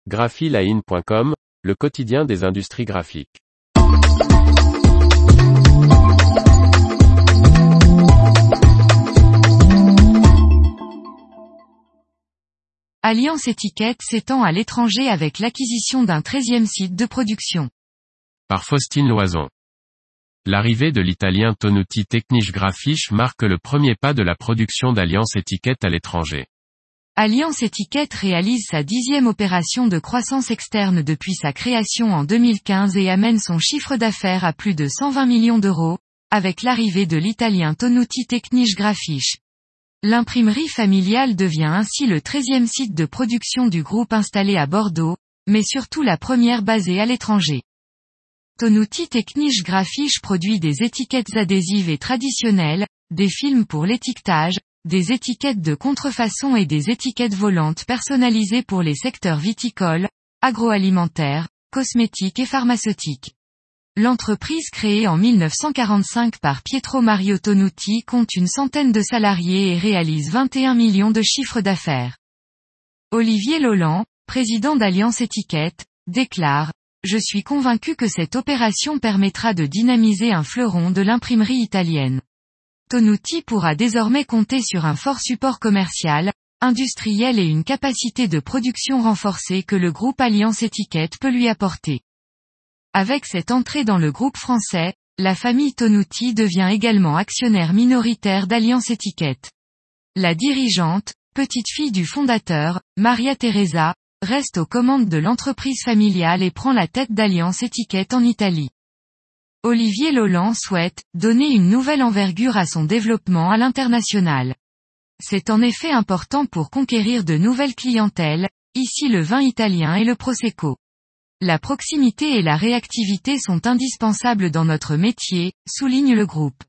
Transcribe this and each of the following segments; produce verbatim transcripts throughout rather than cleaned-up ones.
graphiline point com, le quotidien des industries graphiques. Alliance Étiquette s'étend à l'étranger avec l'acquisition d'un treizième site de production. Par Faustine Loison. L'arrivée de l'italien Tonuti Tecniche Grafiche marque le premier pas de la production d'Alliance Étiquette à l'étranger. Alliance Étiquette réalise sa dixième opération de croissance externe depuis sa création en deux mille quinze et amène son chiffre d'affaires à plus de cent vingt millions d'euros, avec l'arrivée de l'italien Tonuti Tecniche Grafiche. L'imprimerie familiale devient ainsi le treizième site de production du groupe installé à Bordeaux, mais surtout la première basée à l'étranger. Tonuti Tecniche Grafiche produit des étiquettes adhésives et traditionnelles, des films pour l'étiquetage, des étiquettes de contrefaçon et des étiquettes volantes personnalisées pour les secteurs viticoles, agroalimentaires, cosmétiques et pharmaceutiques. L'entreprise créée en mille neuf cent quarante-cinq par Pietro Mario Tonuti compte une centaine de salariés et réalise vingt et un millions de chiffre d'affaires. Olivier Lolland, président d'Alliance Étiquette, déclare « Je suis convaincu que cette opération permettra de dynamiser un fleuron de l'imprimerie italienne. Tonuti pourra désormais compter sur un fort support commercial, industriel et une capacité de production renforcée que le groupe Alliance Étiquette peut lui apporter. » Avec cette entrée dans le groupe français, la famille Tonuti devient également actionnaire minoritaire d'Alliance Étiquette. La dirigeante, petite-fille du fondateur, Maria Teresa, reste aux commandes de l'entreprise familiale et prend la tête d'Alliance Étiquette en Italie. Olivier Lolland souhaite donner une nouvelle envergure à son développement à l'international. C'est en effet important pour conquérir de nouvelles clientèles, ici le vin italien et le Prosecco. La proximité et la réactivité sont indispensables dans notre métier, souligne le groupe.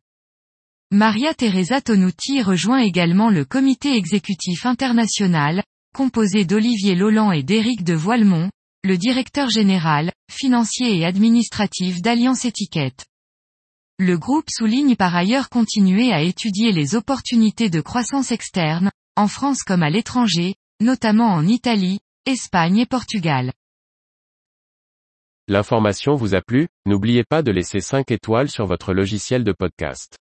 Maria Teresa Tonuti rejoint également le comité exécutif international, composé d'Olivier Lolland et d'Éric de Voilemont, le directeur général, financier et administratif d'Alliance Étiquette. Le groupe souligne par ailleurs continuer à étudier les opportunités de croissance externe, en France comme à l'étranger, notamment en Italie, Espagne et Portugal. L'information vous a plu? N'oubliez pas de laisser cinq étoiles sur votre logiciel de podcast.